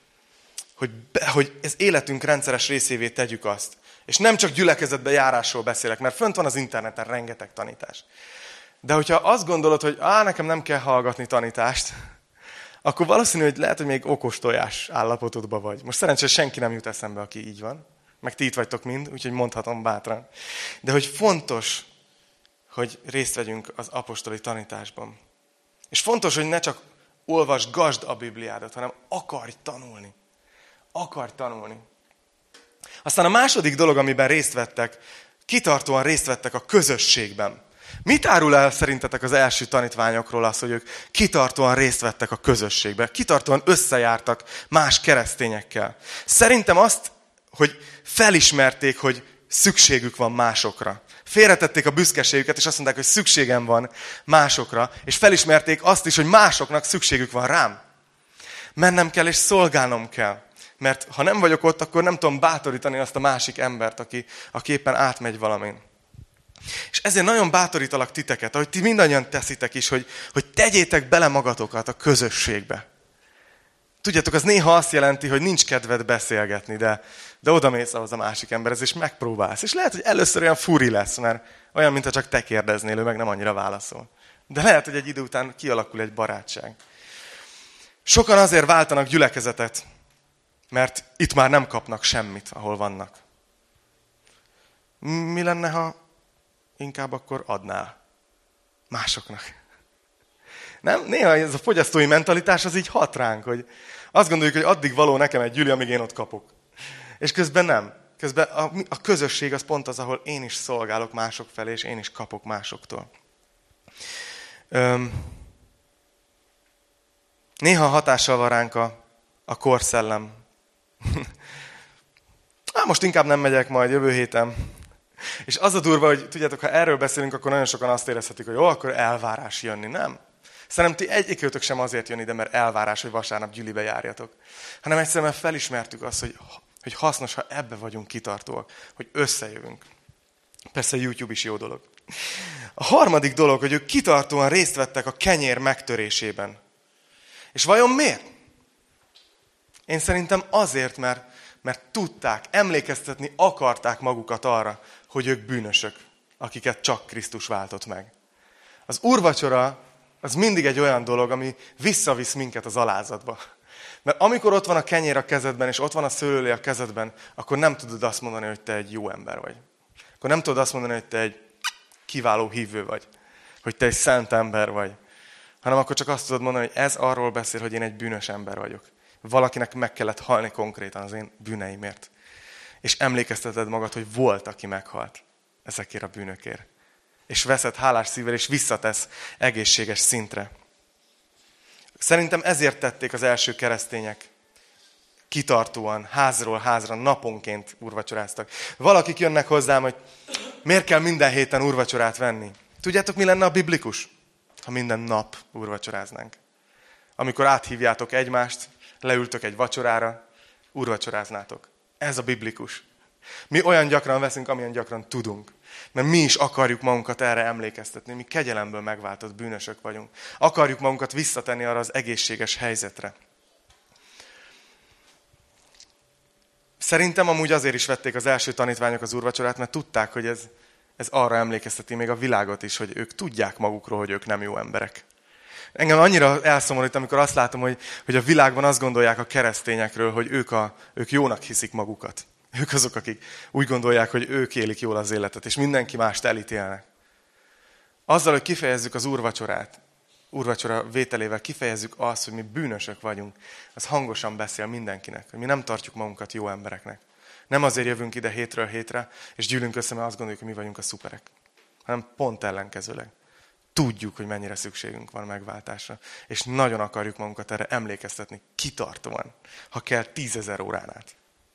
ez életünk rendszeres részévé tegyük azt. És nem csak gyülekezetbe járásról beszélek, mert fönt van az interneten rengeteg tanítás. De hogyha azt gondolod, hogy nekem nem kell hallgatni tanítást, akkor valószínű, hogy lehet, hogy még okos tojás állapotodban vagy. Most szerencsére senki nem jut eszembe, aki így van. Meg ti itt vagytok mind, úgyhogy mondhatom bátran. De hogy fontos, hogy részt vegyünk az apostoli tanításban. És fontos, hogy ne csak olvasgasd a Bibliádat, hanem akarj tanulni. Akarj tanulni. Aztán a második dolog, amiben részt vettek, kitartóan részt vettek a közösségben. Mit árul el szerintetek az első tanítványokról az, hogy ők kitartóan részt vettek a közösségben, kitartóan összejártak más keresztényekkel? Szerintem azt, hogy felismerték, hogy szükségük van másokra. Félretették a büszkeségüket, és azt mondták, hogy szükségem van másokra, és felismerték azt is, hogy másoknak szükségük van rám. Mennem kell, és szolgálnom kell. Mert ha nem vagyok ott, akkor nem tudom bátorítani azt a másik embert, aki éppen átmegy valamin. És ezért nagyon bátorítalak titeket, ahogy ti mindannyian teszitek is, hogy tegyétek bele magatokat a közösségbe. Tudjátok, az néha azt jelenti, hogy nincs kedved beszélgetni, de odamész ahhoz a másik emberhez, és megpróbálsz. És lehet, hogy először olyan furi lesz, mert olyan, mintha csak te kérdeznél, ő meg nem annyira válaszol. De lehet, hogy egy idő után kialakul egy barátság. Sokan azért váltanak gyülekezetet, mert itt már nem kapnak semmit, ahol vannak. Mi lenne, ha inkább akkor adnál másoknak? Nem? Néha ez a fogyasztói mentalitás az így hat ránk, hogy azt gondoljuk, hogy addig való nekem egy gyüli, amíg én ott kapok. És közben nem. Közben a közösség az pont az, ahol én is szolgálok mások felé, és én is kapok másoktól. Néha hatással van ránk a korszellem. Most inkább nem megyek, majd jövő héten. És az a durva, hogy tudjátok, ha erről beszélünk, akkor nagyon sokan azt érezhetik, hogy jó, akkor elvárás jönni. Nem. Szerintem ti egyikőtök sem azért jön ide, mert elvárás, hogy vasárnap gyülibe járjatok. Hanem egyszerűen mert felismertük azt, hogy hasznos, ha ebbe vagyunk kitartóak, hogy összejövünk. Persze a YouTube is jó dolog. A harmadik dolog, hogy ők kitartóan részt vettek a kenyér megtörésében. És vajon miért? Én szerintem azért, mert tudták, emlékeztetni akarták magukat arra, hogy ők bűnösök, akiket csak Krisztus váltott meg. Az úrvacsora az mindig egy olyan dolog, ami visszavisz minket az alázatba. Mert amikor ott van a kenyér a kezedben, és ott van a szőlőlé a kezedben, akkor nem tudod azt mondani, hogy te egy jó ember vagy. Akkor nem tudod azt mondani, hogy te egy kiváló hívő vagy. Hogy te egy szent ember vagy. Hanem akkor csak azt tudod mondani, hogy ez arról beszél, hogy én egy bűnös ember vagyok. Valakinek meg kellett halni konkrétan az én bűneimért. És emlékezteted magad, hogy volt, aki meghalt ezekért a bűnökért. És veszed hálás szívvel, és visszatesz egészséges szintre. Szerintem ezért tették az első keresztények. Kitartóan, házról házra, naponként úrvacsoráztak. Valakik jönnek hozzám, hogy miért kell minden héten úrvacsorát venni. Tudjátok, mi lenne a biblikus? Ha minden nap úrvacsoráznánk. Amikor áthívjátok egymást, leültök egy vacsorára, úrvacsoráznátok. Ez a biblikus. Mi olyan gyakran veszünk, amilyen gyakran tudunk. Mert mi is akarjuk magunkat erre emlékeztetni. Mi kegyelemből megváltott bűnösök vagyunk. Akarjuk magunkat visszatenni arra az egészséges helyzetre. Szerintem amúgy azért is vették az első tanítványok az úrvacsorát, mert tudták, hogy ez arra emlékezteti még a világot is, hogy ők tudják magukról, hogy ők nem jó emberek. Engem annyira elszomorít, amikor azt látom, hogy a világban azt gondolják a keresztényekről, hogy ők jónak hiszik magukat. Ők azok, akik úgy gondolják, hogy ők élik jól az életet, és mindenki mást elítélnek. Azzal, hogy kifejezzük az úrvacsora vételével kifejezzük azt, hogy mi bűnösök vagyunk, az hangosan beszél mindenkinek, hogy mi nem tartjuk magunkat jó embereknek. Nem azért jövünk ide hétről hétre, és gyűlünk össze, mert azt gondoljuk, hogy mi vagyunk a szuperek, hanem pont ellenkezőleg. Tudjuk, hogy mennyire szükségünk van megváltásra, és nagyon akarjuk magunkat erre emlékeztetni, kitartóan, ha kell 10 000 órán át.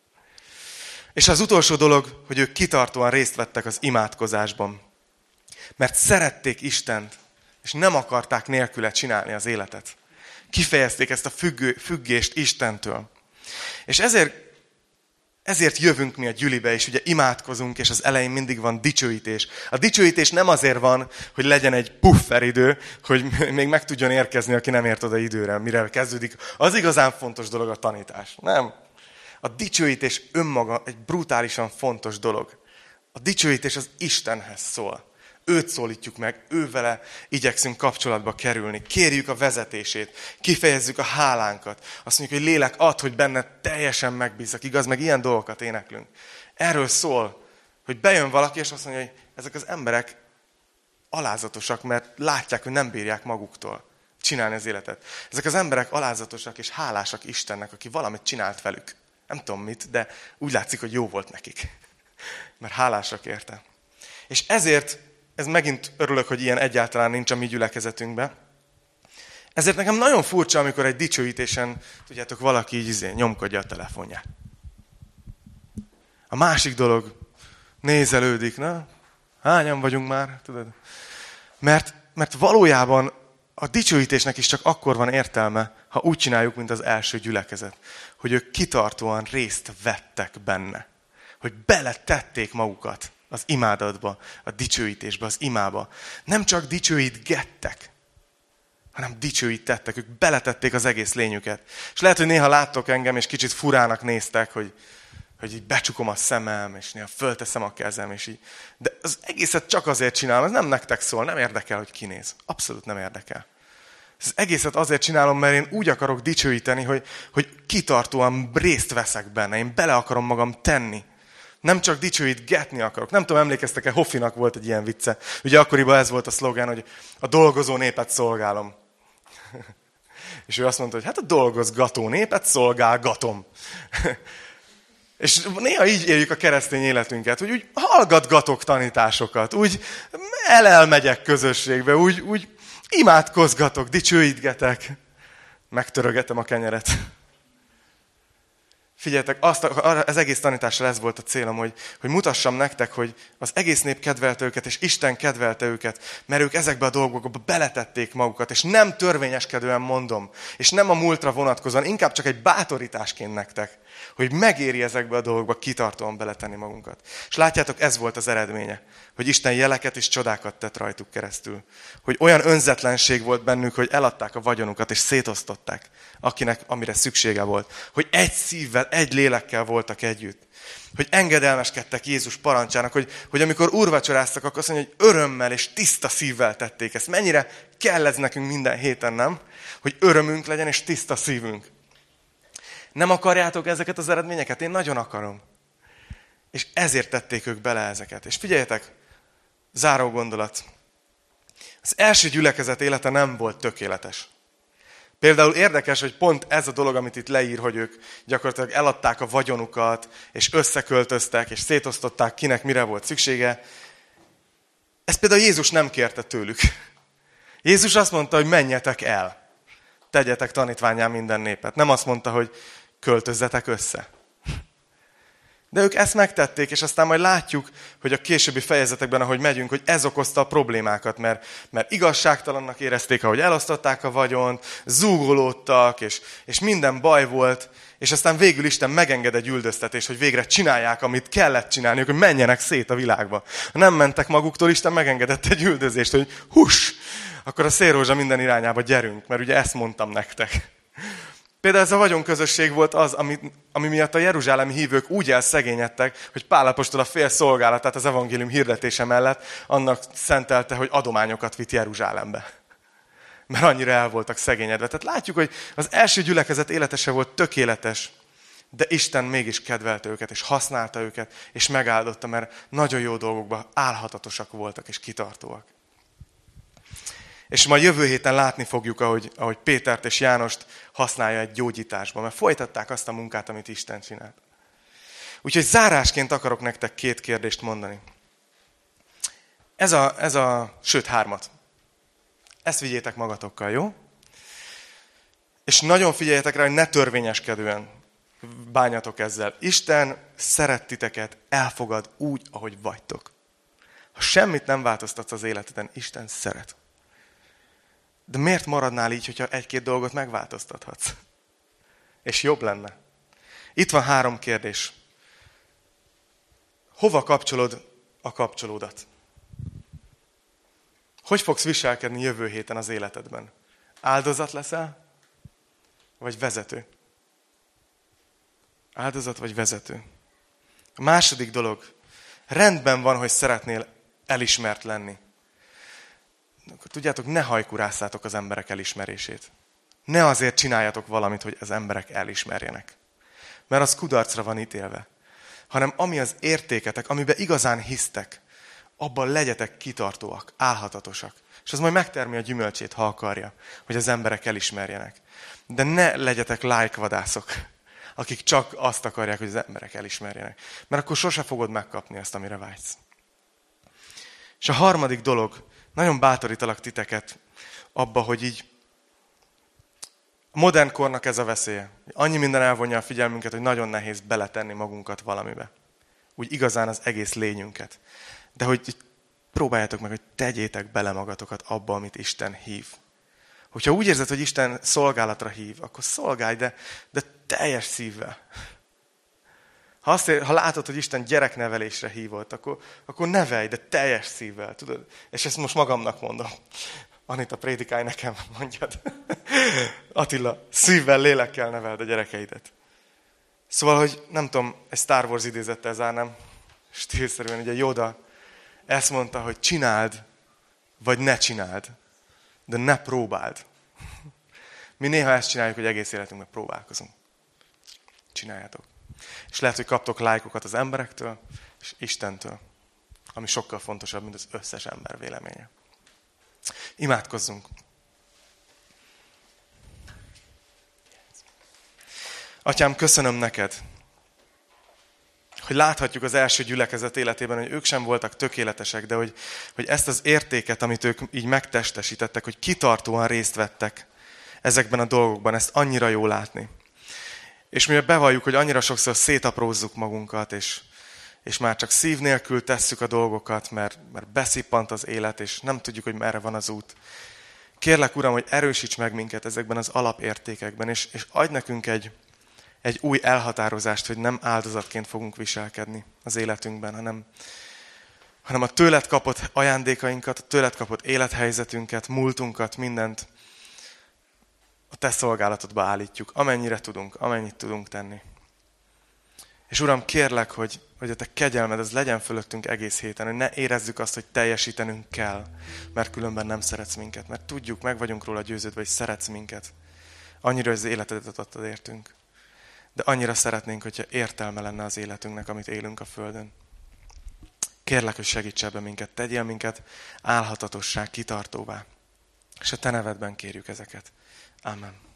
És az utolsó dolog, hogy ők kitartóan részt vettek az imádkozásban, mert szerették Istent, és nem akarták nélküle csinálni az életet. Kifejezték ezt a függést Istentől. És ezért jövünk mi a gyülibe, és ugye imádkozunk, és az elején mindig van dicsőítés. A dicsőítés nem azért van, hogy legyen egy pufferidő, hogy még meg tudjon érkezni, aki nem ért oda időre, mire kezdődik. Az igazán fontos dolog a tanítás. Nem. A dicsőítés önmaga egy brutálisan fontos dolog. A dicsőítés az Istenhez szól. Őt szólítjuk meg, ővele igyekszünk kapcsolatba kerülni. Kérjük a vezetését, kifejezzük a hálánkat. Azt mondjuk, hogy lélek, add, hogy benne teljesen megbízzak. Igaz, meg ilyen dolgokat éneklünk. Erről szól, hogy bejön valaki, és azt mondja, hogy ezek az emberek alázatosak, mert látják, hogy nem bírják maguktól csinálni az életet. Ezek az emberek alázatosak és hálásak Istennek, aki valamit csinált velük. Nem tudom mit, de úgy látszik, hogy jó volt nekik. Mert hálásak érte. És ezért, ez megint örülök, hogy ilyen egyáltalán nincs a mi gyülekezetünkben. Ezért nekem nagyon furcsa, amikor egy dicsőítésen, tudjátok, valaki így nyomkodja a telefonját. A másik dolog, nézelődik, na? Hányan vagyunk már, tudod? Mert valójában a dicsőítésnek is csak akkor van értelme, ha úgy csináljuk, mint az első gyülekezet. Hogy ők kitartóan részt vettek benne. Hogy beletették magukat az imádatba, a dicsőítésbe, az imába. Nem csak dicsőítgettek, hanem dicsőítettek. Ők beletették az egész lényüket. És lehet, hogy néha láttok engem, és kicsit furának néztek, hogy így becsukom a szemem, és néha fölteszem a kezem, és így. De az egészet csak azért csinálom, ez nem nektek szól, nem érdekel, hogy kinéz. Abszolút nem érdekel. Az egészet azért csinálom, mert én úgy akarok dicsőíteni, hogy kitartóan részt veszek benne. Én bele akarom magam tenni. Nem csak dicsőítgetni akarok. Nem tudom, emlékeztek-e, Hoffinak volt egy ilyen vicce. Ugye akkoriban ez volt a szlogán, hogy a dolgozó népet szolgálom. És ő azt mondta, hogy hát a dolgozgató népet szolgálgatom. És néha így éljük a keresztény életünket, hogy úgy hallgatgatok tanításokat, úgy elmegyek közösségbe, úgy imádkozgatok, dicsőítgetek, megtörögetem a kenyeret. Figyeljetek, az egész tanítással ez volt a célom, hogy mutassam nektek, hogy az egész nép kedvelte őket, és Isten kedvelte őket, mert ők ezekbe a dolgokba beletették magukat, és nem törvényeskedően mondom, és nem a múltra vonatkozóan, inkább csak egy bátorításként nektek, hogy megéri ezekbe a dolgokba kitartóan beletenni magunkat. És látjátok, ez volt az eredménye, hogy Isten jeleket és csodákat tett rajtuk keresztül. Hogy olyan önzetlenség volt bennük, hogy eladták a vagyonukat, és szétosztották, amire szüksége volt. Hogy egy szívvel, egy lélekkel voltak együtt. Hogy engedelmeskedtek Jézus parancsának, hogy amikor úrvacsoráztak, akkor azt mondja, hogy örömmel és tiszta szívvel tették ezt. Mennyire kell ez nekünk minden héten, nem? Hogy örömünk legyen és tiszta szívünk. Nem akarjátok ezeket az eredményeket? Én nagyon akarom. És ezért tették ők bele ezeket. És figyeljetek, záró gondolat. Az első gyülekezet élete nem volt tökéletes. Például érdekes, hogy pont ez a dolog, amit itt leír, hogy ők gyakorlatilag eladták a vagyonukat, és összeköltöztek, és szétosztották, kinek mire volt szüksége. Ezt például Jézus nem kérte tőlük. Jézus azt mondta, hogy menjetek el. Tegyetek tanítvánnyá minden népet. Nem azt mondta, hogy költözzetek össze. De ők ezt megtették, és aztán majd látjuk, hogy a későbbi fejezetekben, ahogy megyünk, hogy ez okozta a problémákat, mert igazságtalannak érezték, ahogy elosztották a vagyont, zúgolódtak, és minden baj volt, és aztán végül Isten megenged egy üldöztetést, hogy végre csinálják, amit kellett csinálniuk, hogy menjenek szét a világba. Ha nem mentek maguktól, Isten megengedett egy üldözést, hogy huss, akkor a szélrózsa minden irányába gyerünk, mert ugye ezt mondtam nektek. Például ez a vagyonközösség volt az, ami miatt a jeruzsálemi hívők úgy elszegényedtek, hogy Pál apostol a fél szolgálatát az evangélium hirdetése mellett annak szentelte, hogy adományokat vitt Jeruzsálembe. Mert annyira el voltak szegényedve. Tehát látjuk, hogy az első gyülekezet élete se volt tökéletes, de Isten mégis kedvelte őket, és használta őket, és megáldotta, mert nagyon jó dolgokban álhatatosak voltak, és kitartóak. És majd jövő héten látni fogjuk, ahogy Pétert és Jánost használja egy gyógyításban, mert folytatták azt a munkát, amit Isten csinált. Úgyhogy zárásként akarok nektek 2 kérdést mondani. Sőt, 3. Ezt vigyétek magatokkal, jó? És nagyon figyeljetek rá, hogy ne törvényeskedően bánjatok ezzel. Isten szeret titeket, elfogad úgy, ahogy vagytok. Ha semmit nem változtatsz az életeden, Isten szeret. De miért maradnál így, hogyha 1-2 dolgot megváltoztathatsz? És jobb lenne. Itt van 3 kérdés. Hova kapcsolod a kapcsolódat? Hogy fogsz viselkedni jövő héten az életedben? Áldozat leszel? Vagy vezető? Áldozat vagy vezető? A második dolog. Rendben van, hogy szeretnél elismert lenni. Akkor tudjátok, ne hajkurásszátok az emberek elismerését. Ne azért csináljatok valamit, hogy az emberek elismerjenek. Mert az kudarcra van ítélve. Hanem ami az értéketek, amiben igazán hisztek, abban legyetek kitartóak, álhatatosak. És az majd megtermi a gyümölcsét, ha akarja, hogy az emberek elismerjenek. De ne legyetek lájkvadászok, akik csak azt akarják, hogy az emberek elismerjenek. Mert akkor sose fogod megkapni azt, amire vágysz. És a harmadik dolog, nagyon bátorítalak titeket abba, hogy így a modern kornak ez a veszélye. Annyi minden elvonja a figyelmünket, hogy nagyon nehéz beletenni magunkat valamibe. Úgy igazán az egész lényünket. De hogy próbáljátok meg, hogy tegyétek bele magatokat abba, amit Isten hív. Hogyha úgy érzed, hogy Isten szolgálatra hív, akkor szolgálj, de teljes szívvel. Ha látod, hogy Isten gyereknevelésre hívott, akkor nevelj, de teljes szívvel. Tudod? És ezt most magamnak mondom. Anita, prédikálj nekem, mondjad. Attila, szívvel, lélekkel neveld a gyerekeidet. Szóval, hogy nem tudom, egy Star Wars idézettel zárnám, stílszerűen, ugye Yoda ezt mondta, hogy csináld, vagy ne csináld, de ne próbáld. Mi néha ezt csináljuk, hogy egész életünkben próbálkozunk. Csináljátok. És lehet, hogy kaptok lájkokat az emberektől, és Istentől, ami sokkal fontosabb, mint az összes ember véleménye. Imádkozzunk. Atyám, köszönöm neked, hogy láthatjuk az első gyülekezet életében, hogy ők sem voltak tökéletesek, de hogy ezt az értéket, amit ők így megtestesítettek, hogy kitartóan részt vettek ezekben a dolgokban, ezt annyira jó látni. És mivel bevalljuk, hogy annyira sokszor szétaprózzuk magunkat, és már csak szív nélkül tesszük a dolgokat, mert beszippant az élet, és nem tudjuk, hogy merre van az út. Kérlek, Uram, hogy erősíts meg minket ezekben az alapértékekben, és adj nekünk egy új elhatározást, hogy nem áldozatként fogunk viselkedni az életünkben, hanem a tőled kapott ajándékainkat, a tőled kapott élethelyzetünket, múltunkat, mindent a te szolgálatodba állítjuk, amennyire tudunk, amennyit tudunk tenni. És Uram, kérlek, hogy a te kegyelmed az legyen fölöttünk egész héten, hogy ne érezzük azt, hogy teljesítenünk kell, mert különben nem szeretsz minket, mert tudjuk, meg vagyunk róla győződve, hogy szeretsz minket. Annyira, hogy az életedet adtad értünk. De annyira szeretnénk, hogyha értelme lenne az életünknek, amit élünk a Földön. Kérlek, hogy segíts ebben minket, tegyél minket álhatatosság kitartóvá. És a te nevedben kérjük ezeket. Amen.